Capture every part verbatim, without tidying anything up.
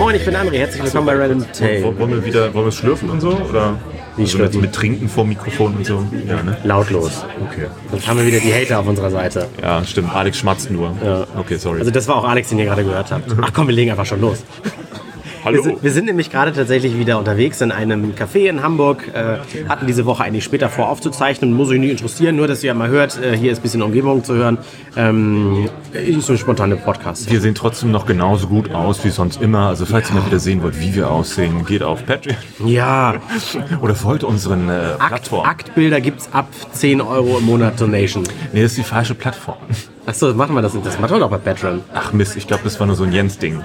Moin, ich bin André, herzlich willkommen bei Random Tale. Wollen wir wieder, wollen wir schlürfen und so? Oder Wie also mit, mit Trinken vor Mikrofon und so? Ja, ne? Lautlos. Okay. Sonst haben wir wieder die Hater auf unserer Seite. Ja, stimmt. Alex schmatzt nur. Ja. Okay, sorry. Also das war auch Alex, den ihr gerade gehört habt. Ach komm, wir legen einfach schon los. Hallo. Wir sind, wir sind nämlich gerade tatsächlich wieder unterwegs in einem Café in Hamburg. Äh, hatten diese Woche eigentlich später vor aufzuzeichnen. Muss euch nicht interessieren, nur dass ihr mal hört, äh, hier ist ein bisschen Umgebung zu hören. Ähm, ist so ein spontaner Podcast. Wir sehen trotzdem noch genauso gut aus wie sonst immer. Also falls ja. ihr mal wieder sehen wollt, wie wir aussehen, geht auf Patreon. Ja. Oder folgt unseren äh, Plattformen. Akt, Aktbilder gibt es ab zehn Euro im Monat Donation. Nee, das ist die falsche Plattform. Achso, machen wir das nicht. Das machen wir doch bei Patreon. Ach Mist, ich glaube, das war nur so ein Jens-Ding.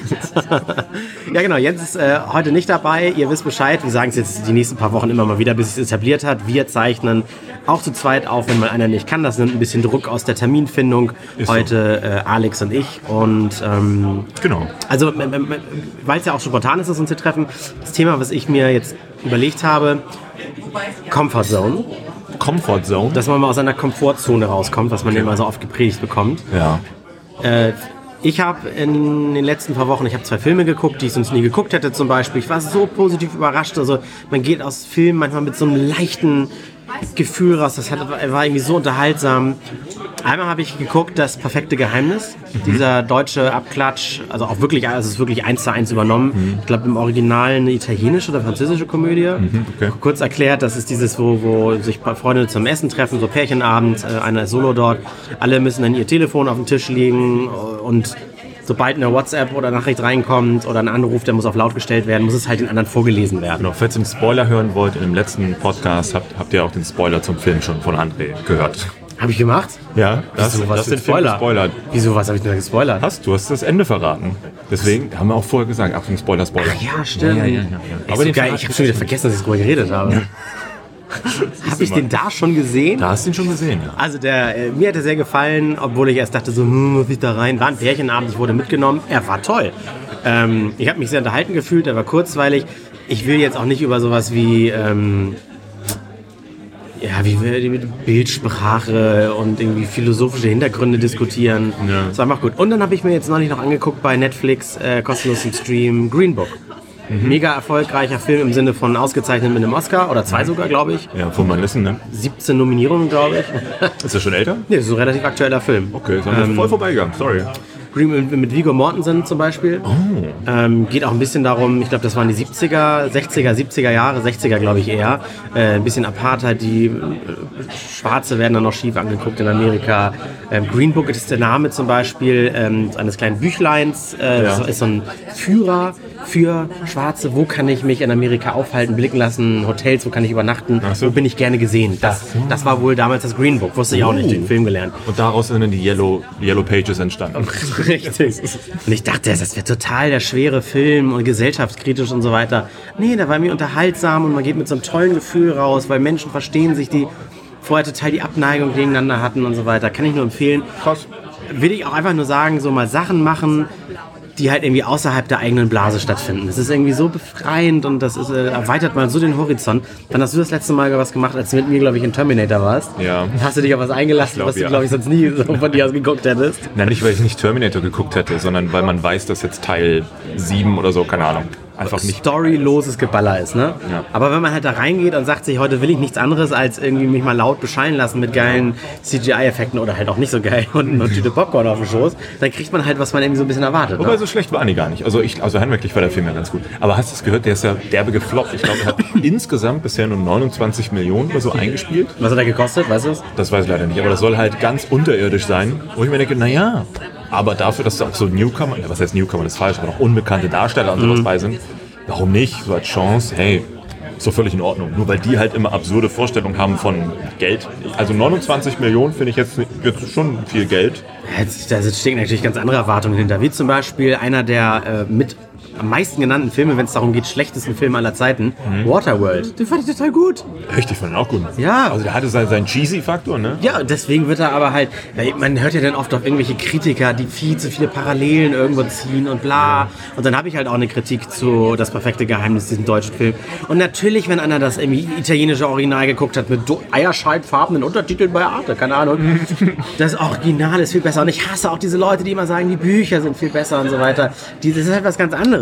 Ja genau, Jens ist äh, heute nicht dabei. Ihr wisst Bescheid. Wir sagen es jetzt die nächsten paar Wochen immer mal wieder, bis es etabliert hat. Wir zeichnen auch zu zweit auf, wenn mal einer nicht kann. Das nimmt ein bisschen Druck aus der Terminfindung. Ist heute so. äh, Alex und ich. Und ähm, genau. Also, äh, äh, weil es ja auch spontan ist, dass wir uns hier treffen, das Thema, was ich mir jetzt überlegt habe, Comfort Zone. Comfort Zone? Dass man mal aus seiner Komfortzone rauskommt, was man okay. immer so oft gepredigt bekommt. Ja. Äh, ich habe in den letzten paar Wochen, ich habe zwei Filme geguckt, die ich sonst nie geguckt hätte zum Beispiel. Ich war so positiv überrascht. Also man geht aus Filmen manchmal mit so einem leichten Gefühl raus. Das hat, war irgendwie so unterhaltsam. Einmal habe ich geguckt, Das perfekte Geheimnis. Mhm. Dieser deutsche Abklatsch, also auch wirklich, also es ist wirklich eins zu eins übernommen. Mhm. Ich glaube im Original eine italienische oder französische Komödie. Mhm, okay. Kurz erklärt, das ist dieses, wo, wo sich Freunde zum Essen treffen, so Pärchenabend, einer ist solo dort. Alle müssen dann ihr Telefon auf den Tisch legen und sobald eine WhatsApp oder Nachricht reinkommt oder ein Anruf, der muss auf laut gestellt werden, muss es halt den anderen vorgelesen werden. Genau, falls ihr einen Spoiler hören wollt, in dem letzten Podcast habt, habt ihr auch den Spoiler zum Film schon von André gehört. Habe ich gemacht? Ja, das, Wieso, was das für ein Spoiler? gespoilert. Wieso, was habe ich denn da gespoilert? Hast du hast das Ende verraten. Deswegen haben wir auch vorher gesagt, Achtung, Spoiler, Spoiler. Ach ja, stimmt. Ja, ja, ja, ja. Aber so geil, ich habe schon wieder vergessen, dass ich darüber geredet habe. Ja. Habe ich den da schon gesehen? Da hast du ihn schon gesehen, ja. Also der, äh, mir hat er sehr gefallen, obwohl ich erst dachte, so, hm, muss ich da rein? War ein Pärchenabend, ich wurde mitgenommen. Er war toll. Ähm, ich habe mich sehr unterhalten gefühlt, er war kurzweilig. Ich will jetzt auch nicht über sowas wie, ähm, ja, wie wir mit Bildsprache und irgendwie philosophische Hintergründe diskutieren. Ja. Das war einfach gut. Und dann habe ich mir jetzt neulich noch angeguckt bei Netflix, äh, kostenlos im Stream, Green Book. Mhm. Mega erfolgreicher Film im Sinne von ausgezeichnet mit einem Oscar oder zwei sogar, glaube ich. Ja, von man wissen, ne? siebzehn Nominierungen, glaube ich. Ist das schon älter? Nee, das ist ein relativ aktueller Film. Okay, ist ähm, voll vorbeigegangen, sorry. Green mit Viggo Mortensen zum Beispiel. Oh. Ähm, geht auch ein bisschen darum, ich glaube, das waren die siebziger, sechziger, siebziger Jahre, sechziger glaube ich eher. Äh, ein bisschen Apartheid, die äh, Schwarze werden dann noch schief angeguckt in Amerika. Ähm, Green Book ist der Name zum Beispiel ähm, eines kleinen Büchleins. Äh, ja. Das ist so ein Führer für Schwarze. Wo kann ich mich in Amerika aufhalten, blicken lassen? Hotels, wo kann ich übernachten? So. Wo bin ich gerne gesehen? Das, das war wohl damals das Green Book. Wusste ich auch nicht, den Film gelernt. Und daraus sind dann die Yellow, Yellow Pages entstanden. Richtig. Und ich dachte, das wäre total der schwere Film und gesellschaftskritisch und so weiter. Nee, da war mir unterhaltsam und man geht mit so einem tollen Gefühl raus, weil Menschen verstehen sich, die vorher total die Abneigung gegeneinander hatten und so weiter. Kann ich nur empfehlen. Krass. Will ich auch einfach nur sagen, so mal Sachen machen, die halt irgendwie außerhalb der eigenen Blase stattfinden. Das ist irgendwie so befreiend und das ist, äh, erweitert mal so den Horizont. Wann hast du das letzte Mal was gemacht, als du mit mir, glaube ich, in Terminator warst? Ja. Hast du dich auf was eingelassen, glaub, was du, ja. glaube ich, sonst nie so von dir aus geguckt hättest? Nein, nicht, weil ich nicht Terminator geguckt hätte, sondern weil man weiß, dass jetzt Teil sieben oder so, keine Ahnung, einfach nicht storyloses Geballer ist, ne? Ja. Aber wenn man halt da reingeht und sagt sich, heute will ich nichts anderes, als irgendwie mich mal laut beschallen lassen mit geilen C G I-Effekten oder halt auch nicht so geil und eine Tüte Popcorn auf dem Schoß, dann kriegt man halt, was man irgendwie so ein bisschen erwartet. Wobei, ne? so schlecht war die gar nicht. Also, ich, also handwerklich war der Film ja ganz gut. Aber hast du es gehört, der ist ja derbe gefloppt. Ich glaube, er hat insgesamt bisher nur neunundzwanzig Millionen oder so eingespielt. Was hat er gekostet, weißt du es? Das weiß ich leider nicht, aber das soll halt ganz unterirdisch sein. Wo ich mir denke, naja, aber dafür, dass da auch so Newcomer, was heißt Newcomer, das ist falsch, aber noch unbekannte Darsteller und sowas mhm. bei sind, warum nicht? So als Chance, hey, ist doch völlig in Ordnung. Nur weil die halt immer absurde Vorstellungen haben von Geld. Also neunundzwanzig Millionen finde ich jetzt, jetzt schon viel Geld. Da stecken natürlich ganz andere Erwartungen hinter. Wie zum Beispiel einer der äh, mit am meisten genannten Filme, wenn es darum geht, schlechtesten Filme aller Zeiten, mhm. Waterworld. Den fand ich total gut. Echt, ich fand ihn auch gut. Ja. Also der hatte seinen, seinen Cheesy-Faktor, ne? Ja, deswegen wird er aber halt, man hört ja dann oft auf irgendwelche Kritiker, die viel zu viele Parallelen irgendwo ziehen und bla. Ja. Und dann habe ich halt auch eine Kritik zu Das perfekte Geheimnis, diesem deutschen Film. Und natürlich, wenn einer das irgendwie italienische Original geguckt hat, mit eierscheidfarbenen Untertiteln bei Arte, keine Ahnung, das Original ist viel besser. Und ich hasse auch diese Leute, die immer sagen, die Bücher sind viel besser und so weiter. Die, das ist halt was ganz anderes.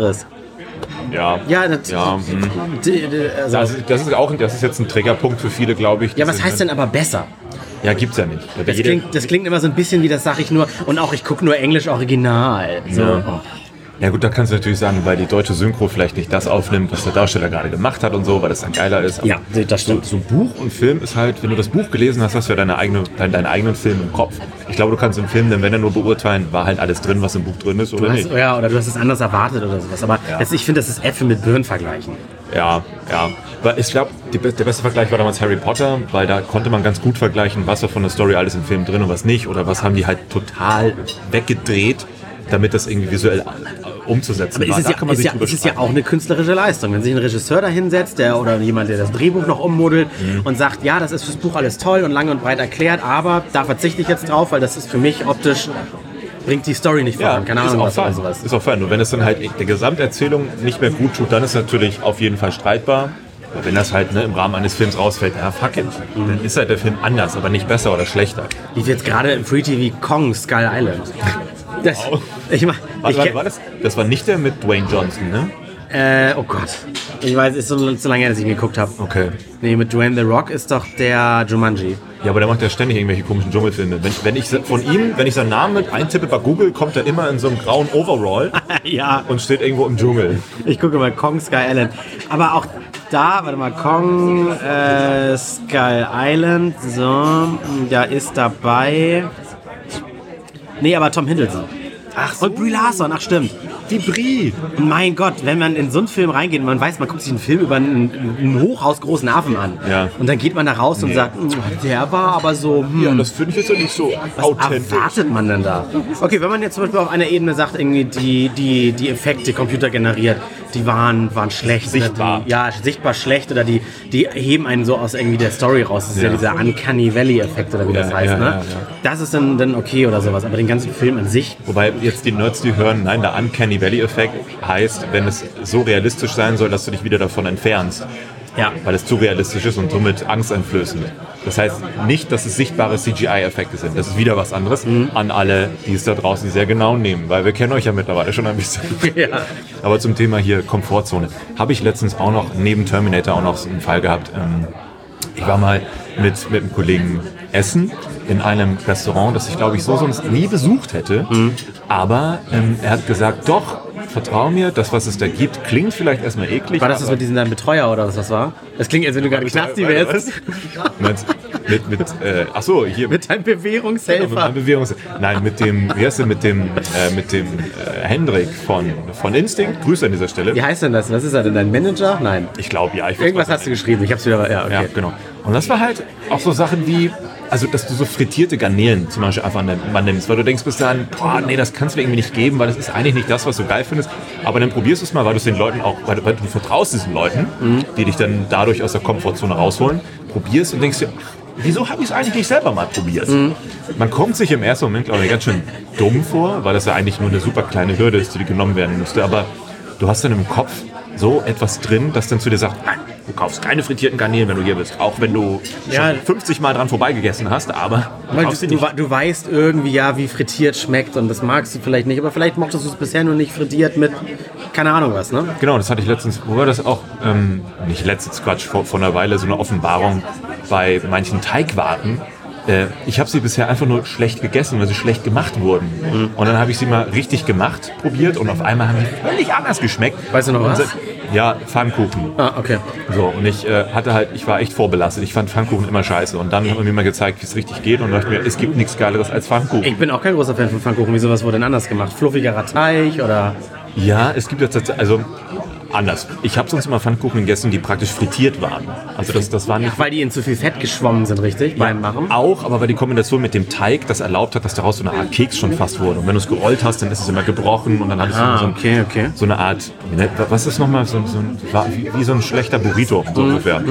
anderes. Ja, Ja, das, ja hm. d- d- also, das, das ist auch das ist jetzt ein Triggerpunkt für viele, glaube ich. ja, was heißt denn aber besser? Ja, gibt's ja nicht. Das klingt, das klingt immer so ein bisschen wie, das sage ich nur, und auch ich gucke nur Englisch Original. So. Ja. Ja gut, da kannst du natürlich sagen, weil die deutsche Synchro vielleicht nicht das aufnimmt, was der Darsteller gerade gemacht hat und so, weil das dann geiler ist. Aber Ja, das stimmt. So, so Buch und Film ist halt, wenn du das Buch gelesen hast, hast du ja deine eigene, deinen, deinen eigenen Film im Kopf. Ich glaube, du kannst im Film, denn wenn er nur beurteilen, war halt alles drin, was im Buch drin ist oder Du nicht. hast, ja, oder du hast es anders erwartet oder sowas. Aber Ja. das, ich finde, das ist Äpfel mit Birnen vergleichen. Ja, ja. Weil ich glaube, der beste Vergleich war damals Harry Potter, weil da konnte man ganz gut vergleichen, was war von der Story alles im Film drin und was nicht. Oder was haben die halt total weggedreht, damit das irgendwie visuell umzusetzen Aber war. ist es, Da ja, kann man ist, sich ja, drüber ist es ja streiten. auch eine künstlerische Leistung. Wenn sich ein Regisseur da hinsetzt der, oder jemand, der das Drehbuch noch ummodelt Mhm. und sagt, ja, das ist fürs Buch alles toll und lang und breit erklärt, aber da verzichte ich jetzt drauf, weil das ist für mich optisch, bringt die Story nicht voran. Keine ist Ahnung, auch was oder fein. sowas. Ist auch fein. Nur wenn es dann halt der Gesamterzählung nicht mehr gut tut, dann ist natürlich auf jeden Fall streitbar. Aber wenn das halt ne, im Rahmen eines Films rausfällt, ja fuck it, dann ist halt der Film anders, aber nicht besser oder schlechter. Lief jetzt gerade im Free T V Kong Skull Island. Das, Wow. ich mach, Warte, ich, warte, war das? Das war nicht der mit Dwayne Johnson, ne? Äh, oh Gott. Ich weiß, es ist so, so lange her, dass ich ihn geguckt habe. Okay. Nee, mit Dwayne The Rock ist doch der Jumanji. Ja, aber der macht ja ständig irgendwelche komischen Dschungelfilme. Wenn, wenn ich von ihm, wenn ich seinen Namen mit eintippe bei Google, kommt er immer in so einem grauen Overall Ja. und steht irgendwo im Dschungel. Ich gucke mal Kong Skull Island. Aber auch da, warte mal, Kong äh, Skull Island. So, da ist dabei. Nee, aber Tom Hiddleston. Ach so. Und Brie Larson, ach stimmt. Die Brie. Mein Gott, wenn man in so einen Film reingeht, man weiß, man guckt sich einen Film über einen, einen hochhausgroßen Affen an. Ja. Und dann geht man da raus und sagt, "Mm, der war aber so, hm, Ja, das finde ich jetzt ja nicht so was authentisch. erwartet man denn da? Okay, wenn man jetzt zum Beispiel auf einer Ebene sagt, irgendwie die, die, die Effekte, Computer generiert, die waren, waren schlecht. Sichtbar. Oder die, ja, sichtbar schlecht oder die, die heben einen so aus irgendwie der Story raus. Das ist ja, Ja. dieser Uncanny Valley-Effekt oder wie Ja, das heißt. ja, ne? ja, ja. Das ist dann, dann okay oder sowas, aber den ganzen Film an sich, Wobei jetzt die Nerds, die hören, nein, der Uncanny Valley-Effekt heißt, wenn es so realistisch sein soll, dass du dich wieder davon entfernst. ja. Weil es zu realistisch ist und somit angsteinflößend. Das heißt nicht, dass es sichtbare C G I-Effekte sind. Das ist wieder was anderes an alle, die es da draußen sehr genau nehmen. Weil wir kennen euch ja mittlerweile schon ein bisschen. ja. Aber zum Thema hier Komfortzone. Habe ich letztens auch noch, neben Terminator auch noch so einen Fall gehabt. Ähm, ich war mal mit, mit einem Kollegen essen in einem Restaurant, das ich glaube ich so sonst nie besucht hätte. Aber ähm, er hat gesagt, doch, vertrau mir, das was es da gibt, klingt vielleicht erstmal eklig. War das das aber- mit diesem deinem Betreuer oder was das war? Das klingt, als wenn du gerade Knasti wärst. Meinst- mit, mit, äh, ach so, hier Mit deinem mit Bewährungshelfer. meinem Bewährungs Nein, mit dem, wie heißt der, mit dem, äh, mit dem äh, Hendrik von, von Instinct. Grüße an dieser Stelle. Wie heißt denn das? Was ist er denn? Dein Manager? Nein. Ich glaube, ja. Ich Irgendwas hast du geschrieben. Ich hab's wieder. Ja, okay. Ja, genau. Und das war halt auch so Sachen wie, also dass du so frittierte Garnelen zum Beispiel einfach mal nimmst, weil du denkst bis dahin, boah, nee, das kannst du mir irgendwie nicht geben, weil das ist eigentlich nicht das, was du geil findest. Aber dann probierst du es mal, weil du es den Leuten auch, weil du, weil du vertraust diesen Leuten, die dich dann dadurch aus der Komfortzone rausholen, probierst und denkst dir, ach, wieso habe ich es eigentlich nicht selber mal probiert? Man kommt sich im ersten Moment, glaube ich, ganz schön dumm vor, weil das ja eigentlich nur eine super kleine Hürde ist, die genommen werden müsste. Aber du hast dann im Kopf so etwas drin, das dann zu dir sagt, nein, du kaufst keine frittierten Garnelen, wenn du hier bist. Auch wenn du Ja. schon fünfzig Mal dran vorbeigegessen hast, aber du Weil kaufst du, sie du, nicht. du weißt irgendwie, ja, wie frittiert schmeckt und das magst du vielleicht nicht, aber vielleicht mochtest du es bisher nur nicht frittiert mit, keine Ahnung was, ne? Genau, das hatte ich letztens, wo war das auch, ähm, nicht letztens, Quatsch, vor, vor einer Weile so eine Offenbarung bei manchen Teigwarten. Äh, ich habe sie bisher einfach nur schlecht gegessen, weil sie schlecht gemacht wurden. Mhm. Und dann habe ich sie mal richtig gemacht, probiert und auf einmal haben die völlig anders geschmeckt. Weißt du noch Und was? se- Ja, Pfannkuchen. Ah, okay. So, und ich äh, hatte halt, ich war echt vorbelastet. Ich fand Pfannkuchen immer scheiße. Und dann hat man mir mal gezeigt, wie es richtig geht und dachte mir, es gibt nichts Geileres als Pfannkuchen. Ich bin auch kein großer Fan von Pfannkuchen. Wieso, was wurde denn anders gemacht? Fluffigerer Teig oder... Ja, es gibt jetzt tatsächlich, also anders. Ich habe sonst immer Pfannkuchen gegessen, die praktisch frittiert waren. Also das, das war nicht... Weil die in zu viel Fett geschwommen sind, richtig? Beim Machen? Auch, aber weil die Kombination mit dem Teig das erlaubt hat, dass daraus so eine Art Keks schon fast wurde. Und wenn du es gerollt hast, dann ist es immer gebrochen und dann hattest du Ah, so, ein, okay, okay. so eine Art, ne, was ist nochmal, so, so ein, war wie, wie so ein schlechter Burrito, so ungefähr.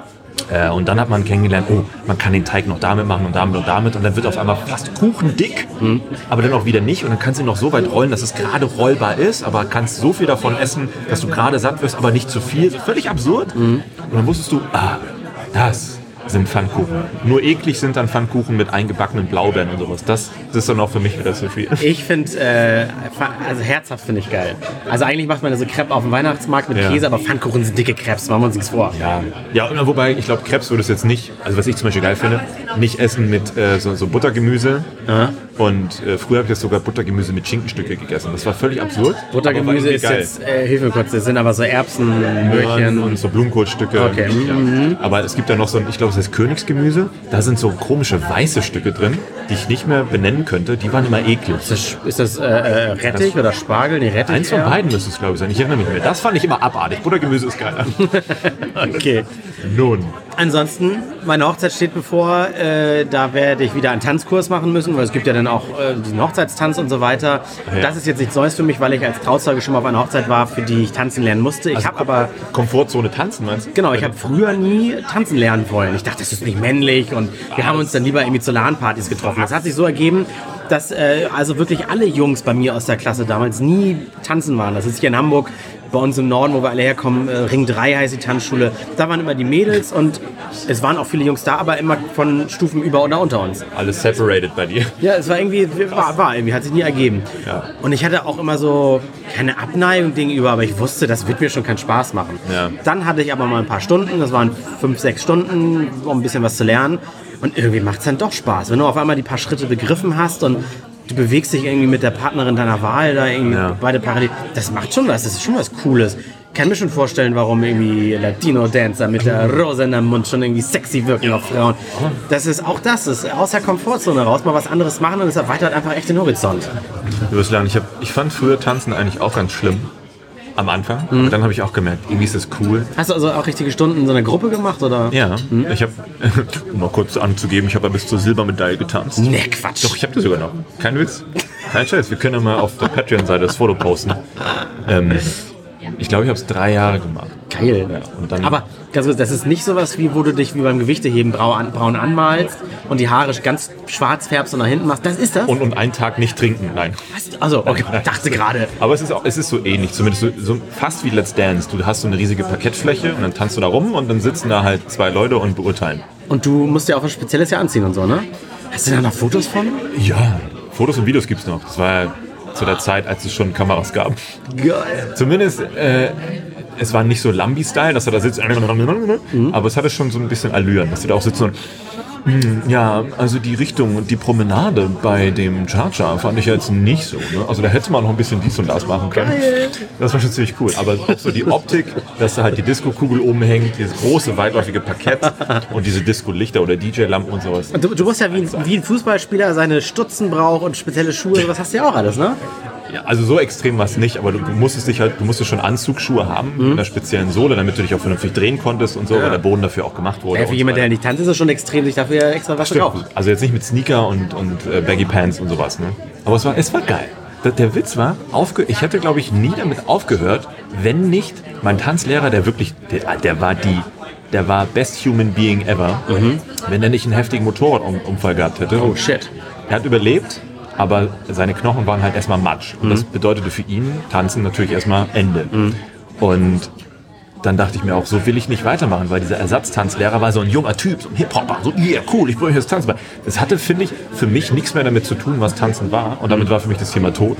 Äh, und dann hat man kennengelernt, oh, man kann den Teig noch damit machen und damit und damit und dann wird auf einmal fast kuchendick, aber dann auch wieder nicht und dann kannst du ihn noch so weit rollen, dass es gerade rollbar ist, aber kannst so viel davon essen, dass du gerade satt wirst, aber nicht zu viel. Völlig absurd. Und dann wusstest du, ah, das sind Pfannkuchen. Nur eklig sind dann Pfannkuchen mit eingebackenen Blaubeeren und sowas. Das, das ist dann auch für mich wieder zu viel. Ich finde, äh, also herzhaft finde ich geil. Also eigentlich macht man so Crepe auf dem Weihnachtsmarkt mit Ja. Käse, aber Pfannkuchen sind dicke Crepes, machen wir uns nichts vor. Ja, ja, wobei ich glaube, Crepes würde es jetzt nicht, also was ich zum Beispiel geil finde, nicht essen mit äh, so, so Buttergemüse. Aha. Und äh, früher habe ich das sogar Buttergemüse mit Schinkenstücke gegessen. Das war völlig absurd. Buttergemüse ist geil. jetzt, äh, hilf mir kurz, das sind aber so Erbsen, Möhrchen und so Blumenkohlstücke. Okay. Ja. Mhm. Aber es gibt da noch so ein, ich glaube, das heißt Königsgemüse. Da sind so komische weiße Stücke drin, die ich nicht mehr benennen könnte. Die waren immer eklig. Ist das, ist das äh, äh, Rettich das, oder Spargel? Nee, Rettich. Eins von beiden müsste es, glaube ich, sein. Ich erinnere mich nicht mehr. Das fand ich immer abartig. Buttergemüse ist geiler. Okay. Nun. Ansonsten, meine Hochzeit steht bevor. Äh, da werde ich wieder einen Tanzkurs machen müssen, weil es gibt ja dann auch äh, diesen Hochzeitstanz und so weiter. Ja. Das ist jetzt nichts Neues für mich, weil ich als Trauzeuge schon mal auf einer Hochzeit war, für die ich tanzen lernen musste. Ich Also habe aber... Komfortzone tanzen, meinst du? Genau, ich habe früher nie tanzen lernen wollen. Ich dachte, das ist nicht männlich und wir haben uns dann lieber irgendwie zu LAN-Partys getroffen. Das hat sich so ergeben, dass äh, also wirklich alle Jungs bei mir aus der Klasse damals nie tanzen waren. Das ist hier in Hamburg, bei uns im Norden, wo wir alle herkommen, äh, Ring drei heißt die Tanzschule. Da waren immer die Mädels und es waren auch viele Jungs da, aber immer von Stufen über oder unter uns. Alles separated bei dir. Ja, es war irgendwie, war, war irgendwie, hat sich nie ergeben. Ja. Und ich hatte auch immer so keine Abneigung gegenüber, aber ich wusste, das wird mir schon keinen Spaß machen. Ja. Dann hatte ich aber mal ein paar Stunden, das waren fünf, sechs Stunden, um ein bisschen was zu lernen. Und irgendwie macht es dann doch Spaß, wenn du auf einmal die paar Schritte begriffen hast und du bewegst dich irgendwie mit der Partnerin deiner Wahl da irgendwie Ja. beide parallel. Das macht schon was, das ist schon was Cooles. Ich kann mir schon vorstellen, warum irgendwie Latino-Dancer mit der Rose in der Mund schon irgendwie sexy wirken auf Frauen. Das ist auch das, ist aus der Komfortzone raus, mal was anderes machen und es erweitert einfach echt den Horizont. Du wirst lernen, ich, hab, ich fand früher Tanzen eigentlich auch ganz schlimm. Am Anfang. Mhm. Und dann habe ich auch gemerkt, irgendwie ist das cool. Hast du also auch richtige Stunden in so einer Gruppe gemacht, oder? Ja, mhm. ich habe, um mal kurz anzugeben, ich habe ja bis zur Silbermedaille getanzt. Nee, Quatsch. Doch, ich habe die sogar noch. Kein Witz. Kein Scheiß. Wir können ja mal auf der Patreon-Seite das Foto posten. Ähm, ich glaube, ich habe es drei Jahre gemacht. Geil. Ja, und dann aber ganz kurz, das ist nicht sowas, wie wo du dich wie beim Gewichteheben braun, braun anmalst und die Haare ganz schwarz färbst und nach hinten machst. Das ist das? Und, und einen Tag nicht trinken, nein. Was? Also, okay, Nein. dachte gerade. Aber es ist, auch, es ist so ähnlich, zumindest so, so fast wie Let's Dance. Du hast so eine riesige Parkettfläche und dann tanzt du da rum und dann sitzen da halt zwei Leute und beurteilen. Und du musst ja auch was Spezielles ja anziehen und so, ne? Hast du da noch Fotos von? Ja, Fotos und Videos gibt's noch. Das war ja zu der Zeit, als es schon Kameras gab. Geil. Zumindest, äh, es war nicht so Lambi-Style, dass er da sitzt, mhm. aber es hatte schon so ein bisschen Allüren, dass die da auch sitzen und mh, ja, also die Richtung und die Promenade bei dem Cha-Cha fand ich jetzt nicht so. Ne? Also da hätte man noch ein bisschen dies und das machen können. Geil. Das war schon ziemlich cool. Aber auch so die Optik, dass da halt die Disco-Kugel oben hängt, dieses große, weitläufige Parkett und diese Disco-Lichter oder D J-Lampen und sowas. Und du, du musst ja wie, wie ein Fußballspieler seine Stutzen braucht und spezielle Schuhe, sowas hast du ja auch alles, ne? Ja, also so extrem war es nicht, aber du, du musstest dich halt, du musstest schon Anzugsschuhe haben mhm. mit einer speziellen Sohle, damit du dich auch vernünftig drehen konntest und so, ja. weil der Boden dafür auch gemacht wurde. Ja, für jemanden, der nicht tanzt, ist es schon extrem, sich dafür extra was zu kaufen. Also jetzt nicht mit Sneaker und, und äh, Baggy Pants und sowas, ne? Aber es war, es war geil. Der, der Witz war, aufge- ich hätte, glaube ich, nie damit aufgehört, wenn nicht mein Tanzlehrer, der wirklich, der, der war die, der war best human being ever, mhm. wenn er nicht einen heftigen Motorradunfall gehabt hätte. Oh shit. Er hat überlebt, aber seine Knochen waren halt erstmal Matsch. Und mhm. das bedeutete für ihn, Tanzen natürlich erstmal Ende. Mhm. Und dann dachte ich mir auch, so will ich nicht weitermachen, weil dieser Ersatztanzlehrer war so ein junger Typ, so ein Hip-Hopper, so, yeah, cool, ich bräuchte jetzt Tanzen. Das hatte, finde ich, für mich nichts mehr damit zu tun, was Tanzen war. Und damit war für mich das Thema tot.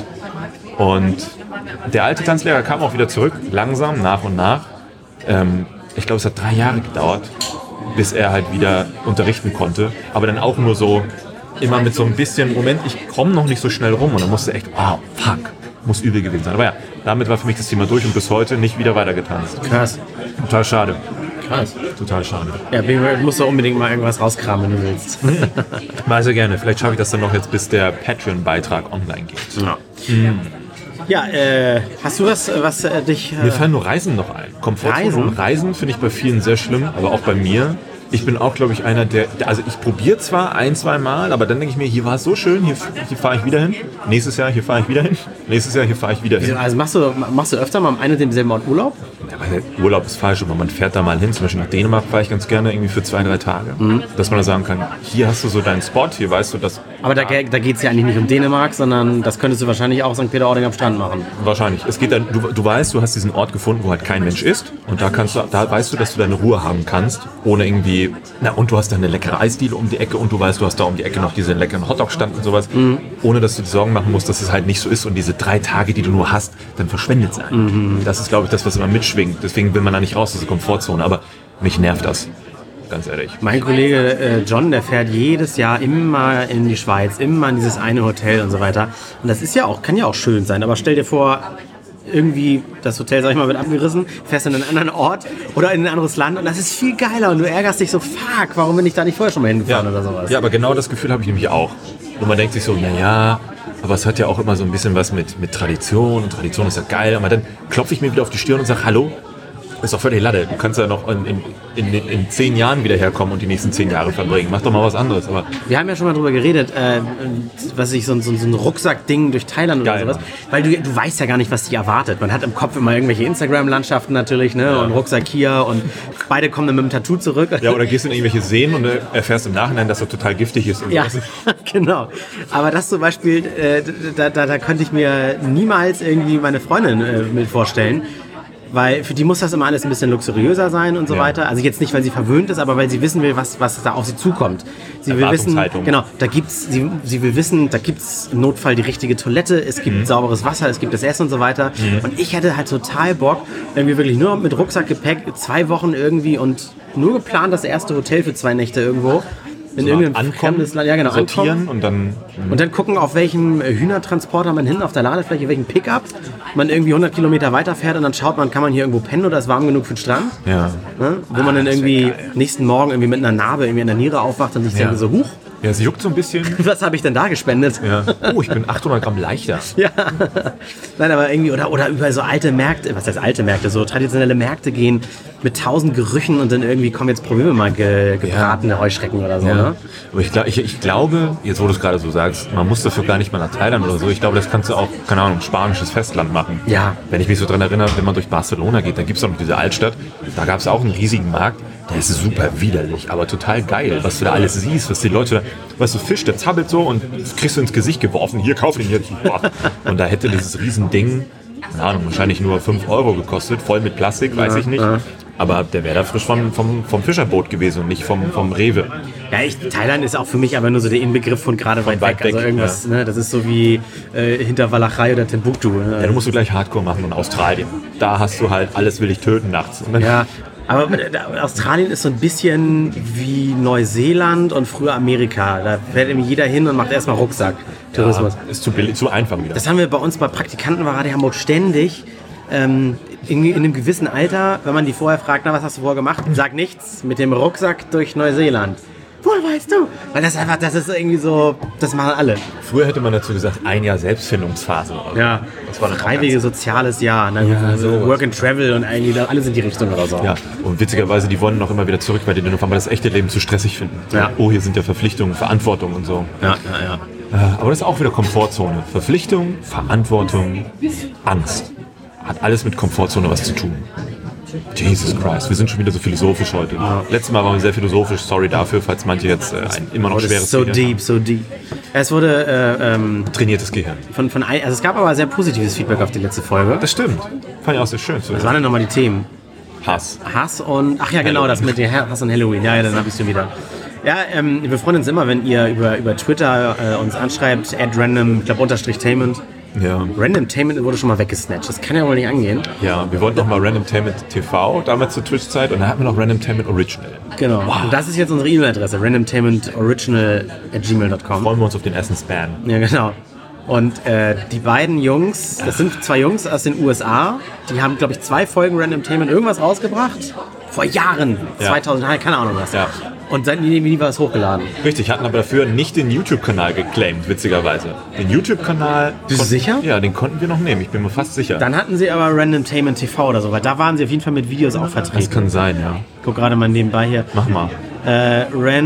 Und der alte Tanzlehrer kam auch wieder zurück, langsam, nach und nach. Ähm, ich glaube, es hat drei Jahre gedauert, bis er halt wieder unterrichten konnte. Aber dann auch nur so, immer mit so ein bisschen, Moment, ich komme noch nicht so schnell rum. Und dann musste echt, wow, fuck, muss übel gewesen sein. Aber ja, damit war für mich das Thema durch und bis heute nicht wieder weiter getanzt. Krass. Total schade. Krass. Total schade. Ja, du musst doch unbedingt mal irgendwas rauskramen, wenn du willst. Mal sehr gerne. Vielleicht schaffe ich das dann noch jetzt, bis der Patreon-Beitrag online geht. Ja. Mhm. Ja, äh, hast du was, was äh, dich... Äh Mir fallen nur Reisen noch ein. Komfortzone Reisen? und Reisen finde ich bei vielen sehr schlimm, aber auch bei mir. Ich bin auch, glaube ich, einer, der, der also ich probiere zwar ein, zwei Mal, aber dann denke ich mir, hier war es so schön, hier, hier fahre ich wieder hin. Nächstes Jahr, hier fahre ich wieder hin. Nächstes Jahr, hier fahre ich wieder hin. Also machst du, machst du öfter mal am einen und demselben Ort Urlaub? Ja, weil Urlaub ist falsch, aber man fährt da mal hin. Zum Beispiel nach Dänemark fahre ich ganz gerne irgendwie für zwei, drei Tage. Mhm. Dass man da sagen kann, hier hast du so deinen Spot, hier weißt du, dass Aber da, da geht es ja eigentlich nicht um Dänemark, sondern das könntest du wahrscheinlich auch Sankt Peter-Ording am Strand machen. Wahrscheinlich. Es geht dann, du, du weißt, du hast diesen Ort gefunden, wo halt kein Mensch ist. Und da kannst du, da weißt du, dass du deine Ruhe haben kannst, ohne irgendwie. Na, und du hast da eine leckere Eisdiele um die Ecke und du weißt, du hast da um die Ecke noch diesen leckeren Hotdog-Stand und sowas. Mhm. Ohne dass du dir Sorgen machen musst, dass es halt nicht so ist und diese drei Tage, die du nur hast, dann verschwendet sein. Mhm. Das ist, glaube ich, das, was immer mitschwingt. Deswegen will man da nicht raus aus der Komfortzone. Aber mich nervt das. Ganz ehrlich. Mein Kollege äh, John, der fährt jedes Jahr immer in die Schweiz, immer in dieses eine Hotel und so weiter. Und das ist ja auch, kann ja auch schön sein. Aber stell dir vor, irgendwie das Hotel, sag ich mal, wird abgerissen, fährst in einen anderen Ort oder in ein anderes Land und das ist viel geiler und du ärgerst dich so, fuck, warum bin ich da nicht vorher schon mal hingefahren ja. oder sowas. Ja, aber genau das Gefühl habe ich nämlich auch. Und man denkt sich so, naja, aber es hat ja auch immer so ein bisschen was mit, mit Tradition und Tradition ist ja geil. Aber dann klopfe ich mir wieder auf die Stirn und sage, hallo, ist doch völlig Latte. Du kannst ja noch in, in, in, in zehn Jahren wieder herkommen und die nächsten zehn Jahre verbringen. Mach doch mal was anderes. Aber wir haben ja schon mal drüber geredet, äh, was ich so, so, so ein Rucksack-Ding durch Thailand oder geil, sowas. Mann. Weil du, du weißt ja gar nicht, was die erwartet. Man hat im Kopf immer irgendwelche Instagram-Landschaften natürlich, ne? Ja. Und Rucksack hier und beide kommen dann mit dem Tattoo zurück. Ja, oder gehst in irgendwelche Seen und erfährst im Nachhinein, dass er total giftig ist. Und ja, genau. Aber das zum Beispiel, äh, da, da, da könnte ich mir niemals irgendwie meine Freundin äh, mit vorstellen. Weil für die muss das immer alles ein bisschen luxuriöser sein und so ja. weiter. Also jetzt nicht, weil sie verwöhnt ist, aber weil sie wissen will, was, was da auf sie zukommt. Sie will wissen, genau, da gibt's, sie, sie will wissen, da gibt's im Notfall die richtige Toilette, es gibt mhm. sauberes Wasser, es gibt das Essen und so weiter. Mhm. Und ich hätte halt total Bock, irgendwie wirklich nur mit Rucksackgepäck zwei Wochen irgendwie und nur geplant das erste Hotel für zwei Nächte irgendwo. In so irgendeinem fremdes Land, ja genau, sortieren ankommen. und dann und dann gucken, auf welchem Hühnertransporter man hin, auf der Ladefläche, welchen Pickup man irgendwie hundert Kilometer weiterfährt und dann schaut man, kann man hier irgendwo pennen oder ist warm genug für den Strand? Ja. Ne? Wo ah, man dann irgendwie nächsten Morgen irgendwie mit einer Narbe irgendwie in der Niere aufwacht und sich ja. denkt so, huch. Ja, es juckt so ein bisschen. Was habe ich denn da gespendet? Ja. Oh, ich bin achthundert Gramm leichter. Ja. Nein, aber irgendwie, oder, oder über so alte Märkte, was heißt alte Märkte, so traditionelle Märkte gehen mit tausend Gerüchen und dann irgendwie kommen jetzt probieren wir mal ge, gebratene ja. Heuschrecken oder so. Ja. Ne? Aber ich, glaub, ich, ich glaube, jetzt wo du es gerade so sagst, man muss dafür gar nicht mal nach Thailand oder so. Ich glaube, das kannst du auch, keine Ahnung, spanisches Festland machen. Ja. Wenn ich mich so dran erinnere, wenn man durch Barcelona geht, da gibt es auch noch diese Altstadt, da gab es auch einen riesigen Markt. Der ist super widerlich, aber total geil, was du da alles siehst, was die Leute, weißt du, Fisch, der zappelt so und kriegst du ins Gesicht geworfen, hier, kauf ihn jetzt. Und da hätte dieses Riesending, keine Ahnung, wahrscheinlich nur fünf Euro gekostet, voll mit Plastik, weiß ich nicht. Aber der wäre da frisch vom, vom, vom Fischerboot gewesen und nicht vom, vom Rewe. Ja, ich, Thailand ist auch für mich aber nur so der Inbegriff von gerade weit, weit weg. weg. Also irgendwas, ja. ne, das ist so wie äh, hinter Walachei oder Timbuktu. Ne? Ja, du musst du gleich Hardcore machen und Australien. Da hast du halt alles will ich töten nachts. Ja. Aber Australien ist so ein bisschen wie Neuseeland und früher Amerika. Da fährt irgendwie jeder hin und macht erstmal Rucksack. Tourismus. Ja, ist zu billig, zu einfach wieder. Das haben wir bei uns bei Praktikanten bei Radio Hamburg ständig. Ähm, in, in einem gewissen Alter, wenn man die vorher fragt, na, was hast du vorher gemacht? Sag nichts, mit dem Rucksack durch Neuseeland. Woher weißt du? Weil das einfach, das ist irgendwie so, das machen alle. Früher hätte man dazu gesagt, ein Jahr Selbstfindungsphase. Ja, das war ein freiwilliges soziales Jahr. Ne? Ja, so Work and Travel und eigentlich alles in die Richtung oder so. Ja, und witzigerweise, die wollen noch immer wieder zurück, weil die dann auf einmal das echte Leben zu stressig finden. Ja. Oh, hier sind ja Verpflichtungen, Verantwortung und so. Ja, ja, ja. Aber das ist auch wieder Komfortzone. Verpflichtung, Verantwortung, Angst. Hat alles mit Komfortzone was zu tun. Jesus Christ, wir sind schon wieder so philosophisch heute. Ja. Letztes Mal waren wir sehr philosophisch, sorry dafür, falls manche jetzt äh, ein immer noch oh, schweres so deep, haben. so deep. Es wurde äh, ähm, trainiertes Gehirn. Von, von, also es gab aber sehr positives Feedback auf die letzte Folge. Das stimmt. Fand ich auch sehr schön. Was waren denn nochmal die Themen? Hass. Hass und, ach ja genau, Halloween. Das mit dem Hass und Halloween. Ja, ja, dann hab ich es schon wieder. Ja, ähm, wir freuen uns immer, wenn ihr über, über Twitter äh, uns anschreibt, at random, ich glaube, unterstrich Tainment. Ja. Randomtainment wurde schon mal weggesnatcht. Das kann ja wohl nicht angehen. Ja, wir wollten noch mal Randomtainment T V, damals zur Twitch-Zeit, und dann hatten wir noch Randomtainment Original. Genau. Wow. Und das ist jetzt unsere E-Mail-Adresse, randomtainmentoriginal at gmail dot com. Freuen wir uns auf den ersten Spam. Ja, genau. Und äh, die beiden Jungs, das sind zwei Jungs aus den U S A, die haben, glaube ich, zwei Folgen Randomtainment irgendwas rausgebracht. Vor Jahren, ja. zweitausend, keine Ahnung was. Ja. Und seitdem nie war es hochgeladen. Richtig, hatten aber dafür nicht den YouTube-Kanal geclaimed, witzigerweise. Den YouTube-Kanal... Bist du sicher? Ja, den konnten wir noch nehmen, ich bin mir fast sicher. Dann hatten sie aber Randomtainment T V oder so, weil da waren sie auf jeden Fall mit Videos auch vertreten. Das kann sein, ja. Ich guck gerade mal nebenbei hier. Mach mal. Äh,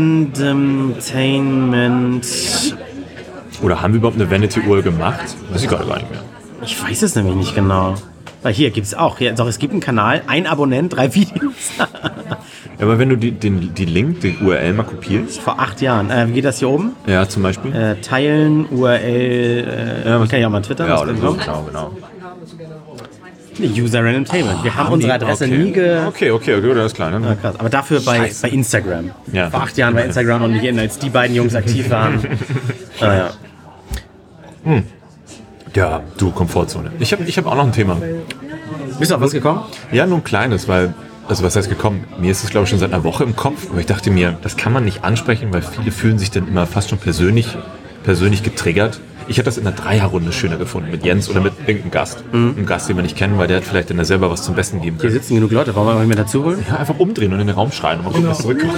Randomtainment... Oder haben wir überhaupt eine Vanity-Uhr gemacht? Weiß ich gerade gar nicht mehr. Ich weiß es nämlich nicht genau. Weil hier gibt es auch, hier, doch, es gibt einen Kanal, ein Abonnent, drei Videos. Ja, Aber wenn du die, den, die Link, den U R L mal kopierst. Vor acht Jahren. Äh, wie geht das hier oben? Ja, zum Beispiel. Äh, teilen, U R L, äh, ja, kann ich auch mal twittern. Ja, oder so, genau, genau. User Entertainment. Wir haben unsere Adresse okay. nie ge... Okay, okay, okay, das ist klar. Ne? Ja, krass. Aber dafür bei, bei Instagram. Ja. Vor acht Jahren bei Instagram und nicht in, als die beiden Jungs aktiv waren. ah, ja. Hm. Ja, du, Komfortzone. Ich habe ich hab auch noch ein Thema. Bist du auf was gekommen? Ja, nur ein kleines, weil... Also was heißt gekommen? Mir ist es, glaube ich, schon seit einer Woche im Kopf. Aber ich dachte mir, das kann man nicht ansprechen, weil viele fühlen sich dann immer fast schon persönlich, persönlich getriggert. Ich hätte das in einer Dreierrunde schöner gefunden, mit Jens oder mit irgendeinem Gast. Mhm. Einem Gast, den wir nicht kennen, weil der hat vielleicht dann selber was zum Besten geben können. Hier sitzen genug Leute, warum wir nicht mehr dazu holen? Ja, einfach umdrehen und in den Raum schreien und mal gucken, was zurückkommt.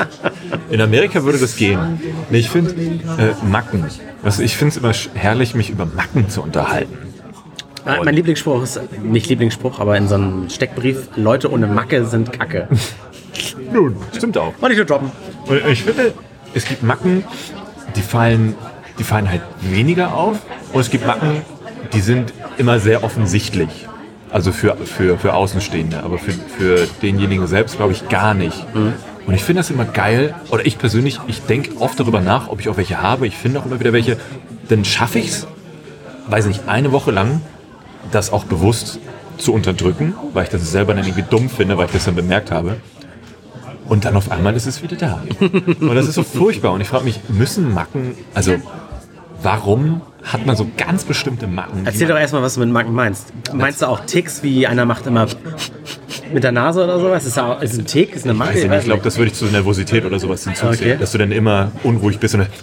In Amerika würde das gehen. Nee, ich finde äh, Macken. Also ich finde es immer herrlich, mich über Macken zu unterhalten. Und mein Lieblingsspruch ist, nicht Lieblingsspruch, aber in so einem Steckbrief, Leute ohne Macke sind Kacke. Nun, stimmt auch. Wollte ich nur droppen. Und ich finde, es gibt Macken, die fallen, die fallen halt weniger auf. Und es gibt Macken, die sind immer sehr offensichtlich. Also für, für, für Außenstehende. Aber für, für denjenigen selbst glaube ich gar nicht. Mhm. Und ich finde das immer geil. Oder ich persönlich, ich denke oft darüber nach, ob ich auch welche habe. Ich finde auch immer wieder welche. Dann schaffe ich es, weiß nicht, eine Woche lang das auch bewusst zu unterdrücken, weil ich das selber dann irgendwie dumm finde, weil ich das dann bemerkt habe. Und dann auf einmal ist es wieder da. Und das ist so furchtbar. Und ich frage mich, müssen Macken, also warum hat man so ganz bestimmte Macken? Erzähl doch erstmal, was du mit Macken meinst. Meinst du auch Ticks, wie einer macht immer mit der Nase oder sowas? Ist das ein Tick? Ist eine Macke? Ich, ich glaube, das würde ich zu Nervosität oder sowas hinzuzählen. Okay. Dass du dann immer unruhig bist. Und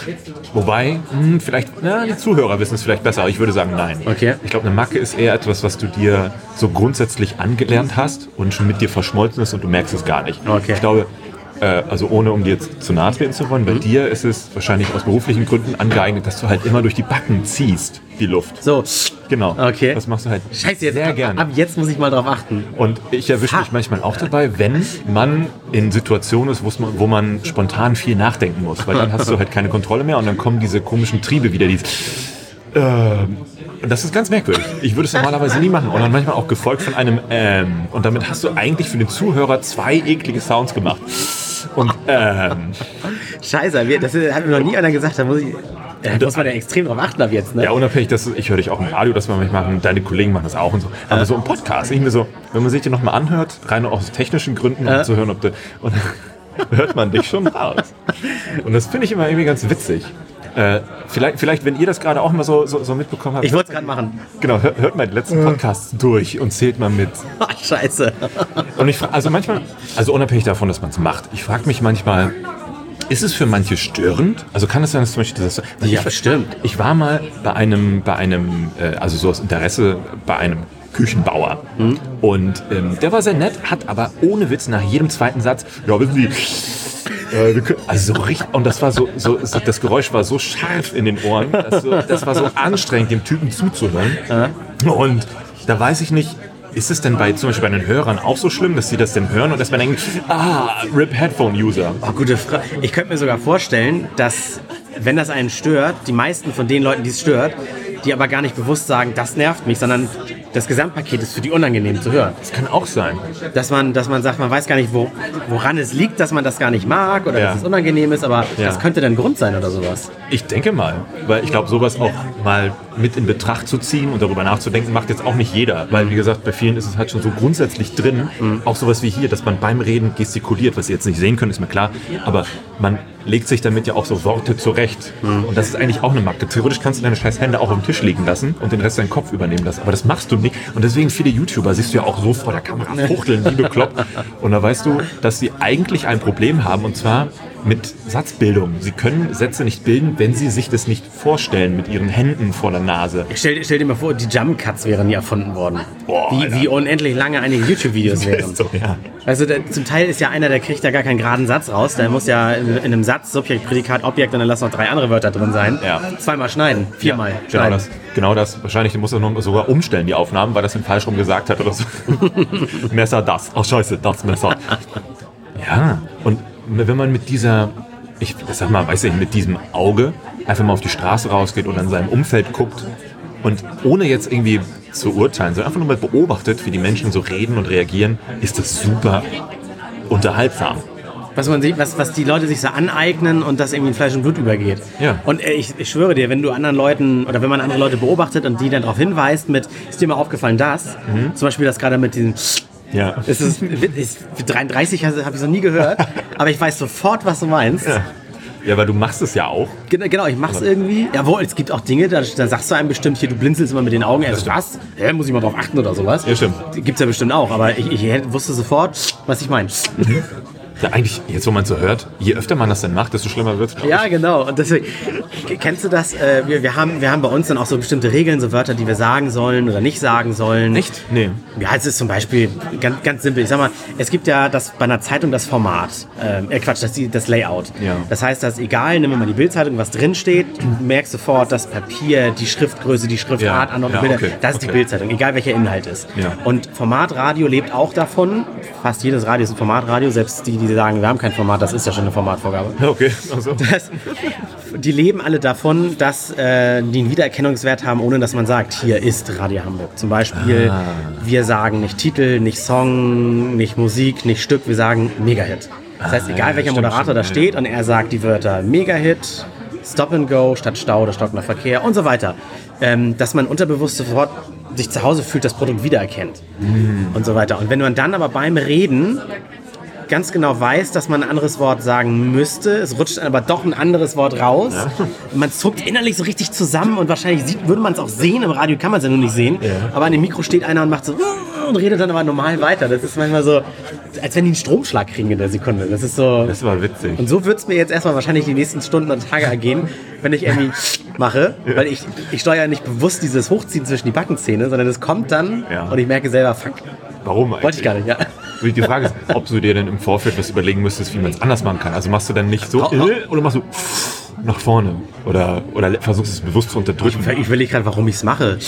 wobei, mh, vielleicht, na, die Zuhörer wissen es vielleicht besser, aber ich würde sagen, nein. Okay. Ich glaube, eine Macke ist eher etwas, was du dir so grundsätzlich angelernt hast und schon mit dir verschmolzen ist und du merkst es gar nicht. Okay. Ich glaube, äh, also ohne um dir jetzt zu nahe treten zu wollen, bei mhm. dir ist es wahrscheinlich aus beruflichen Gründen angeeignet, dass du halt immer durch die Backen ziehst, die Luft. So. Genau. Okay. Das machst du halt Scheiße, jetzt, sehr ab, gerne. Ab jetzt muss ich mal drauf achten. Und ich erwische mich manchmal auch dabei, wenn man in Situationen ist, wo man spontan viel nachdenken muss. Weil dann hast du halt keine Kontrolle mehr und dann kommen diese komischen Triebe wieder. Die, äh, und das ist ganz merkwürdig. Ich würde es normalerweise nie machen. Und dann manchmal auch gefolgt von einem ähm. Und damit hast du eigentlich für den Zuhörer zwei eklige Sounds gemacht. Und ähm. Scheiße, das hat mir noch nie einer gesagt. Da muss ich... Da muss man ja extrem drauf achten ab jetzt, ne? Ja, unabhängig, dass ich höre dich auch im Radio, dass wir manchmal machen, deine Kollegen machen das auch und so. Aber äh. so im Podcast, ich mir so, wenn man sich den nochmal anhört, rein aus technischen Gründen, um äh. zu hören, ob du, und hört man dich schon raus. Und das finde ich immer irgendwie ganz witzig. Äh, vielleicht, vielleicht, wenn ihr das gerade auch mal so, so, so mitbekommen habt. Ich wollte es gerade machen. Genau, hört, hört mal die letzten Podcasts durch und zählt mal mit. Ach, scheiße. Und ich frage, also manchmal, also unabhängig davon, dass man es macht, ich frage mich manchmal, ist es für manche störend? Also kann es sein, dass zum Beispiel das... Ja, bestimmt. Ich war mal bei einem, bei einem, äh, also so aus Interesse, bei einem Küchenbauer. Mhm. Und ähm, der war sehr nett, hat aber ohne Witz nach jedem zweiten Satz, ja, wissen Sie, äh, wir können, also so richtig, und das war so, so, so, das Geräusch war so scharf in den Ohren, das, so, das war so anstrengend, dem Typen zuzuhören. Mhm. Und da weiß ich nicht, ist es denn bei zum Beispiel bei den Hörern auch so schlimm, dass sie das denn hören und dass man denkt, ah, R I P Headphone-User? Oh, gute Frage. Ich könnte mir sogar vorstellen, dass, wenn das einen stört, die meisten von den Leuten, die es stört, die aber gar nicht bewusst sagen, das nervt mich, sondern das Gesamtpaket ist für die unangenehm zu hören. Das kann auch sein. Dass man, dass man sagt, man weiß gar nicht, wo, woran es liegt, dass man das gar nicht mag oder ja. dass es unangenehm ist, aber ja. das könnte dann Grund sein oder sowas. Ich denke mal, weil ich glaube, sowas auch mal mit in Betracht zu ziehen und darüber nachzudenken, macht jetzt auch nicht jeder. Weil, wie gesagt, bei vielen ist es halt schon so grundsätzlich drin, mhm. auch sowas wie hier, dass man beim Reden gestikuliert, was Sie jetzt nicht sehen können, ist mir klar, aber man legt sich damit ja auch so Worte zurecht. Mhm. Und das ist eigentlich auch eine Macke. Theoretisch kannst du deine scheiß Hände auch am Tisch liegen lassen und den Rest deinen Kopf übernehmen lassen. Aber das machst du nicht. Und deswegen viele YouTuber siehst du ja auch so vor der Kamera fuchteln, wie bekloppt. Und da weißt du, dass sie eigentlich ein Problem haben, und zwar mit Satzbildung. Sie können Sätze nicht bilden, wenn sie sich das nicht vorstellen mit ihren Händen vor der Nase. Stell, stell dir mal vor, die Jump Cuts wären nie erfunden worden. Boah, wie, wie unendlich lange einige YouTube-Videos wären. So, ja. Also der, zum Teil ist ja einer, der kriegt ja gar keinen geraden Satz raus. Der muss ja in, in einem Satz Subjekt, Prädikat, Objekt und dann lassen noch drei andere Wörter drin sein. Ja. Zweimal schneiden, viermal ja, schneiden. Genau das. Genau das. Wahrscheinlich muss er noch sogar umstellen, die Aufnahmen, weil das ihn falsch rum gesagt hat oder so. Messer das. Ach scheiße, das Messer. Ja, und wenn man mit dieser, ich sag mal, weiß ich, mit diesem Auge einfach mal auf die Straße rausgeht oder in seinem Umfeld guckt und ohne jetzt irgendwie zu urteilen, sondern einfach nur mal beobachtet, wie die Menschen so reden und reagieren, ist das super unterhaltsam. Was man sieht, was, was die Leute sich so aneignen und das irgendwie in Fleisch und Blut übergeht. Ja. Und äh, ich, ich schwöre dir, wenn du anderen Leuten oder wenn man andere Leute beobachtet und die dann darauf hinweist mit, ist dir mal aufgefallen, das? Mhm. Zum Beispiel das gerade mit diesem ja. Es ist, ist dreiunddreißig habe ich es noch nie gehört, aber ich weiß sofort, was du meinst. Ja. Ja, weil du machst es ja auch. Genau, genau ich mach's irgendwie. Jawohl, es gibt auch Dinge, da, da sagst du einem bestimmt hier, du blinzelst immer mit den Augen. Also was? Ja, muss ich mal drauf achten oder sowas. Ja, stimmt. Gibt's ja bestimmt auch, aber ich, ich wusste sofort, was ich meine. Mhm. Ja, eigentlich, jetzt wo man so hört, je öfter man das dann macht, desto schlimmer wird es, glaube ich. Ja, genau. Und deswegen, kennst du das? Äh, wir, wir, haben, wir haben bei uns dann auch so bestimmte Regeln, so Wörter, die wir sagen sollen oder nicht sagen sollen. Echt? Nee. Ja, es ist zum Beispiel ganz, ganz simpel. Ich sag mal, es gibt ja das, bei einer Zeitung das Format. Äh, Quatsch, das, das Layout. Ja. Das heißt, dass egal, nehmen wir mal die Bildzeitung, was drin steht, du merkst sofort das Papier, die Schriftgröße, die Schriftart, ja. Anordnung, ja, Bilder. okay. Das ist okay. die Bildzeitung, egal welcher Inhalt ist. Ja. Und Formatradio lebt auch davon. Fast jedes Radio ist ein Formatradio, selbst die, die sagen, wir haben kein Format, das ist ja schon eine Formatvorgabe. Okay, also. Das, die leben alle davon, dass äh, die einen Wiedererkennungswert haben, ohne dass man sagt, hier ist Radio Hamburg. Zum Beispiel, ah. wir sagen nicht Titel, nicht Song, nicht Musik, nicht Stück, wir sagen Megahit. Das heißt, egal ah, welcher stimmt, Moderator stimmt, da steht und er sagt die Wörter Megahit, Stop and Go statt Stau oder stockender Verkehr und so weiter, ähm, dass man unterbewusst sofort sich zu Hause fühlt, das Produkt wiedererkennt mm. und so weiter. Und wenn man dann aber beim Reden ganz genau weiß, dass man ein anderes Wort sagen müsste. Es rutscht aber doch ein anderes Wort raus. Ja. Man zuckt innerlich so richtig zusammen und wahrscheinlich sieht, würde man es auch sehen. Im Radio kann man es ja nur nicht sehen. Ja. Aber an dem Mikro steht einer und macht so und redet dann aber normal weiter. Das ist manchmal so, als wenn die einen Stromschlag kriegen in der Sekunde. Das ist so. Das war witzig. Und so wird es mir jetzt erstmal wahrscheinlich die nächsten Stunden und Tage ergehen, wenn ich irgendwie mache. Ja. Weil ich, ich steuere ja nicht bewusst dieses Hochziehen zwischen die Backenzähne, sondern es kommt dann ja. und ich merke selber, fuck. Warum eigentlich? Wollte ich gar nicht, ja. Die Frage ist, ob du dir denn im Vorfeld was überlegen müsstest, wie man es anders machen kann. Also machst du dann nicht so oh, oh. oder machst du nach vorne? Oder, oder versuchst es bewusst zu unterdrücken? Ich, ich überlege gerade, warum ich es mache.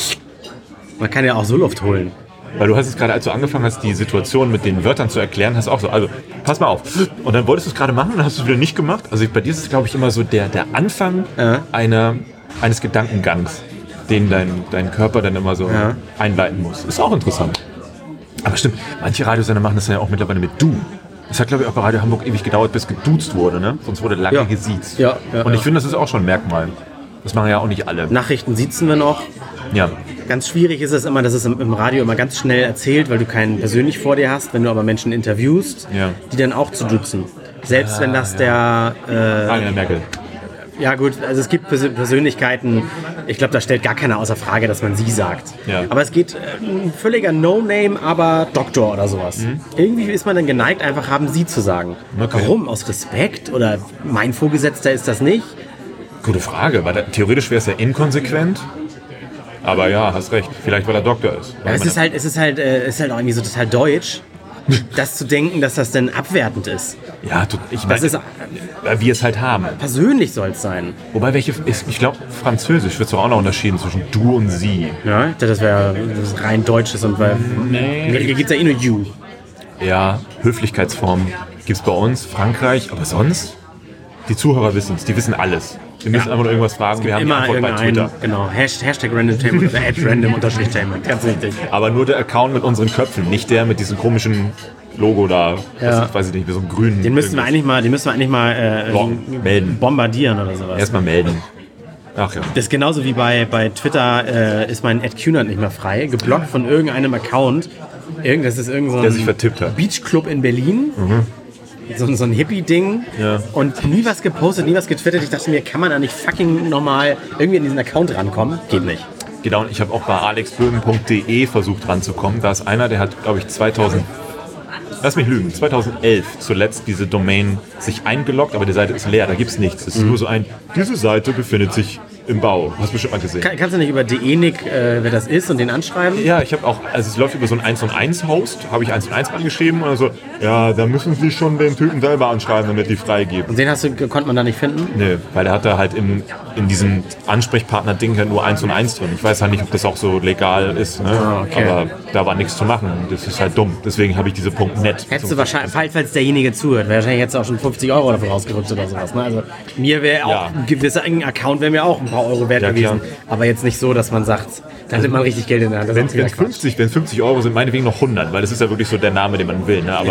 Man kann ja auch so Luft holen. Weil du hast es gerade, als du angefangen hast, die Situation mit den Wörtern zu erklären, hast du auch so, also pass mal auf. Und dann wolltest du es gerade machen, dann hast du es wieder nicht gemacht. Also bei dir ist es, glaube ich, immer so der, der Anfang ja. einer, eines Gedankengangs, den dein, dein Körper dann immer so ja. einleiten muss. Ist auch interessant. Aber stimmt, manche Radiosender machen das ja auch mittlerweile mit Du. Es hat, glaube ich, auch bei Radio Hamburg ewig gedauert, bis geduzt wurde, ne? Sonst wurde lange ja. gesiezt. Ja, ja, Und ich ja. finde, das ist auch schon ein Merkmal. Das machen ja auch nicht alle. Nachrichten siezen wir noch. Ja. Ganz schwierig ist es immer, dass es im, im Radio immer ganz schnell erzählt, weil du keinen persönlich vor dir hast, wenn du aber Menschen interviewst, ja. die dann auch zu duzen. Selbst ah, wenn das ja. der... Äh, Angela Merkel. Ja gut, also es gibt Persönlichkeiten, ich glaube, da stellt gar keiner außer Frage, dass man sie sagt. Ja. Aber es geht ein völliger No-Name, aber Doktor oder sowas. Mhm. Irgendwie ist man dann geneigt, einfach haben sie zu sagen. Okay. Warum? Aus Respekt? Oder mein Vorgesetzter ist das nicht? Gute Frage, weil da, theoretisch wäre es ja inkonsequent. Aber ja, hast recht. Vielleicht, weil er Doktor ist. Ja, es, ist halt, es, ist halt, äh, es ist halt auch irgendwie so total deutsch, das zu denken, dass das denn abwertend ist. Ja, ich meine, weil wir es halt haben. Persönlich soll es sein. Wobei, welche, ich glaube, Französisch wird es doch auch noch unterschieden zwischen du und sie. Ja, das wäre rein deutsches und weil nee. Hier gibt es ja eh nur you. Ja, Höflichkeitsformen gibt es bei uns, Frankreich, aber sonst? Die Zuhörer wissen es, die wissen alles. Wir müssen ja. einfach nur irgendwas fragen, wir haben die Antwort bei Twitter. Genau, Hashtag RandomTainment oder at random-tainment, ganz richtig. Aber nur der Account mit unseren Köpfen, nicht der mit diesem komischen Logo da, ja. was, weiß ich nicht, wie so ein grünen... Den müssen wir eigentlich mal, den müssen wir eigentlich mal äh, Boah, melden. bombardieren oder sowas. Erstmal melden. Ach ja. Das ist genauso wie bei, bei Twitter äh, ist mein Ed Cunard nicht mehr frei, geblockt von irgendeinem Account. Irgend, das ist irgend so ein der sich vertippt hat. Beachclub in Berlin. Mhm. So, so ein Hippie-Ding ja. und nie was gepostet, nie was getwittert. Ich dachte mir, kann man da nicht fucking nochmal irgendwie in diesen Account rankommen? Geht nicht. Genau, und ich habe auch bei alexböhmen punkt de versucht ranzukommen. Da ist einer, der hat, glaube ich, zweitausend, lass mich lügen, zweitausendelf zuletzt diese Domain sich eingeloggt, aber die Seite ist leer, da gibt es nichts. Es ist mhm. nur so ein, diese Seite befindet sich im Bau. Hast du bestimmt mal gesehen. Kann, kannst du nicht über Denik, äh, wer das ist und den anschreiben? Ja, ich habe auch, also es läuft über so einen eins und eins Host, habe ich eins und eins angeschrieben und so, ja, da müssen Sie schon den Typen selber anschreiben, damit die freigeben. Und den hast du, konnte man da nicht finden? Nee, weil der hat da halt im, in diesem Ansprechpartner-Ding halt nur eins und eins drin. Ich weiß halt nicht, ob das auch so legal ist, ne? Ah, okay. Aber da war nichts zu machen. Das ist halt dumm. Deswegen habe ich diese Punkt .net. Hättest du wahrscheinlich, falls derjenige zuhört, wahrscheinlich jetzt auch schon fünfzig Euro dafür rausgerückt oder sowas. Ne? Also mir wäre auch, ja. ein gewisser Account wäre mir auch ein paar Euro wert ja, gewesen. Klar. Aber jetzt nicht so, dass man sagt, da hat man richtig Geld in der Hand. Wenn es fünfzig, fünfzig Euro sind, meinetwegen noch hundert, weil das ist ja wirklich so der Name, den man will. Ne? Aber ja.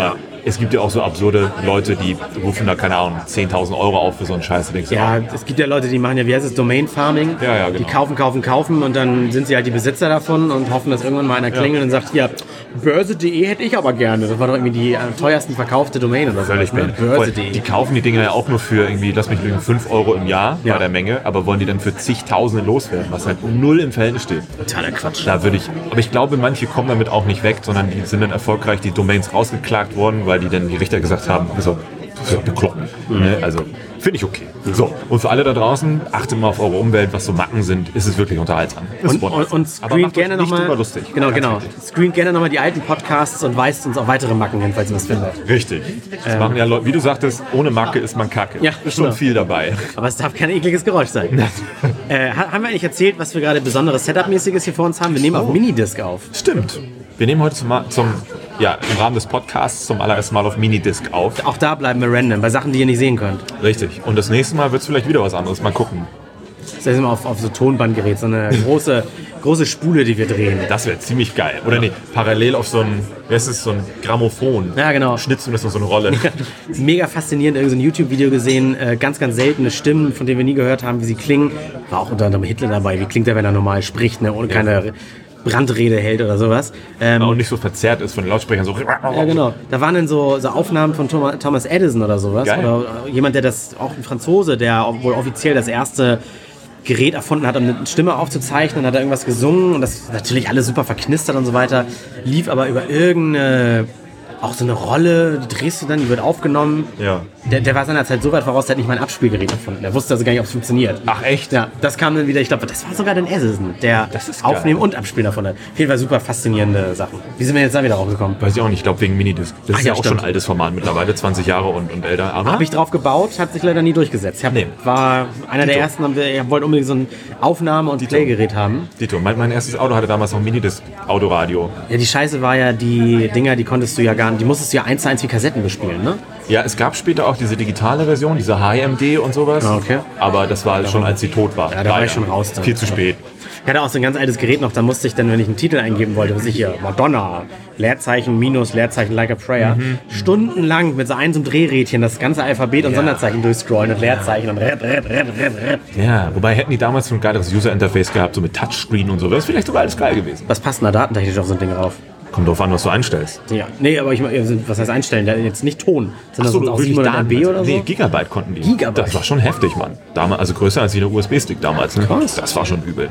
es gibt ja auch so absurde Leute, die rufen da, keine Ahnung, zehntausend Euro auf für so einen Scheiß. Denkst du, Ja, es gibt ja Leute, die machen ja, wie heißt es, Domain Farming. Ja, ja, genau. Die kaufen, kaufen, kaufen und dann sind sie halt die Besitzer davon und hoffen, dass irgendwann mal einer klingelt und sagt, ja, börse punkt de hätte ich aber gerne. Das war doch irgendwie die am teuersten verkaufte Domain oder so. Völlig ne? böse. börse punkt de. Die kaufen die Dinger ja auch nur für irgendwie, lass mich lügen, fünf Euro im Jahr Ja. bei der Menge, aber wollen die dann für zigtausende loswerden, was halt null im Verhältnis steht. Totaler Quatsch. Da würde ich, aber ich glaube, manche kommen damit auch nicht weg, sondern die sind dann erfolgreich die Domains rausgeklagt worden, weil die dann die Richter gesagt haben, so, das ist bekloppt. Mhm. Ne? Also, finde ich okay. So, und für alle da draußen, achtet mal auf eure Umwelt, was so Macken sind, ist es wirklich unterhaltsam. Ist Und, und, und Aber screent macht gerne euch nicht nochmal. drüber lustig. Genau, Ganz genau. wichtig. Screent gerne nochmal die alten Podcasts und weist uns auch weitere Macken hin, falls ihr was findet. Richtig. Das machen ja Leute, wie du sagtest, ohne Macke ist man Kacke. Ja, ist schon genau. viel dabei. Aber es darf kein ekliges Geräusch sein. äh, ha- haben wir eigentlich erzählt, was wir gerade besonderes Setup-mäßiges hier vor uns haben? Wir nehmen auf Minidisc auf. Stimmt. Wir nehmen heute zum, zum, ja, im Rahmen des Podcasts zum allerersten Mal auf Minidisc auf. Auch da bleiben wir random, bei Sachen, die ihr nicht sehen könnt. Richtig. Und das nächste Mal wird es vielleicht wieder was anderes. Mal gucken. Das ist immer auf, auf so Tonbandgerät, so eine große, große Spule, die wir drehen. Das wäre ziemlich geil. Oder nee, parallel auf so ein, wie heißt es, so ein Grammophon. Ja, genau. Schnitzt du das auf so eine Rolle. Mega faszinierend, irgend so ein YouTube-Video gesehen, äh, ganz, ganz seltene Stimmen, von denen wir nie gehört haben, wie sie klingen. War auch unter anderem Hitler dabei. Wie klingt er, wenn er normal spricht, ne? Ohne keine Brandrede hält oder sowas. Ähm, Und nicht so verzerrt ist von den Lautsprechern. So. Ja, genau. Da waren dann so, so Aufnahmen von Thomas, Thomas Edison oder sowas. Geil. Oder jemand, der das, auch ein Franzose, der wohl offiziell das erste Gerät erfunden hat, um eine Stimme aufzuzeichnen, hat er irgendwas gesungen und das ist natürlich alles super verknistert und so weiter. Lief aber über irgendeine, auch so eine Rolle, die drehst du dann, die wird aufgenommen. Ja. Der, der war seinerzeit so weit voraus, der hat nicht mal ein Abspielgerät erfunden. Der wusste also gar nicht, ob es funktioniert. Ach echt? Ja, das kam dann wieder, ich glaube, das war sogar dann Edison, der Das ist geil. Aufnehmen und Abspielen davon hat. Auf jeden Fall super faszinierende Sachen. Wie sind wir jetzt da wieder rausgekommen? Weiß ich auch nicht, ich glaube wegen Minidisc. Das Ach ist ja, ja, auch stimmt. schon ein altes Format mittlerweile, zwanzig Jahre und, und älter. Aber Habe ich drauf gebaut, hat sich leider nie durchgesetzt. Ich hab, Nee. war einer der Dito. ersten, haben wir, ich wollte unbedingt so ein Aufnahme- und Playgerät haben. Dito, mein, mein erstes Auto hatte damals noch ein Minidisc-Autoradio. Ja, die Scheiße war ja, die Dinger, die konntest du ja gar nicht, die musstest du ja eins zu eins wie Kassetten bespielen, ne? Ja, es gab später auch diese digitale Version, diese H M D und sowas. Ah, okay. Aber das war schon, als sie tot war. Ja, da war Leider. ich schon raus dann. Viel zu spät. Ich hatte auch so ein ganz altes Gerät noch, da musste ich dann, wenn ich einen Titel eingeben wollte, was ich hier, Madonna, Leerzeichen, Minus, Leerzeichen, Like a Prayer, Mhm. stundenlang mit so einem so einem Drehrädchen das ganze Alphabet und Ja. Sonderzeichen durchscrollen und Leerzeichen und red, red, red, red, red. Ja, wobei hätten die damals so ein geiles User-Interface gehabt, so mit Touchscreen und so. Wäre es vielleicht sogar alles geil gewesen. Was passt denn da datentechnisch auf so ein Ding drauf? Kommt drauf an, was du einstellst. Ja, nee, aber ich meine, was heißt einstellen? Da jetzt nicht Ton, sondern Ach so, so, auch wirklich siebenhundert M B Daten- oder so? Nee, Gigabyte konnten die. Gigabyte? Das war schon heftig, Mann. Damals, also größer als jeder U S B-Stick damals. Ne? Krass. Das war schon übel.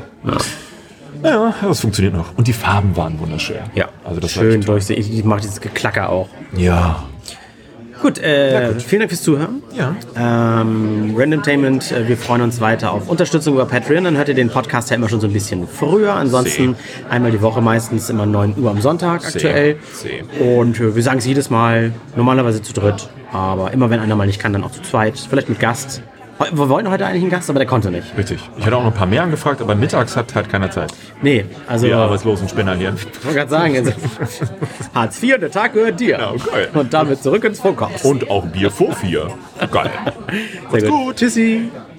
Ja. Ja, das funktioniert noch. Und die Farben waren wunderschön. Ja, Also das war schön echt toll. durchsehen. Ich mache dieses Geklacker auch. Ja. Gut, äh, vielen Dank fürs Zuhören. Ja. Ähm, Randomtainment, äh, wir freuen uns weiter auf Unterstützung über Patreon. Dann hört ihr den Podcast ja immer schon so ein bisschen früher. Ansonsten einmal die Woche, meistens immer neun Uhr am Sonntag aktuell. Seh. Und äh, wir sagen es jedes Mal, normalerweise zu dritt. Aber immer wenn einer mal nicht kann, dann auch zu zweit. Vielleicht mit Gast. Heu- Wir wollten heute eigentlich einen Gast, aber der konnte nicht. Richtig. Ich hatte auch noch ein paar mehr angefragt, aber mittags hat halt keiner Zeit. Nee, also Die ich arbeitslosen Spinner hier. wollte gerade sagen, also, Hartz vier, der Tag gehört dir. Ja, geil. Und damit zurück ins Funkhaus. Und auch Bier vor vier. Geil. Sehr gut. Tschüssi.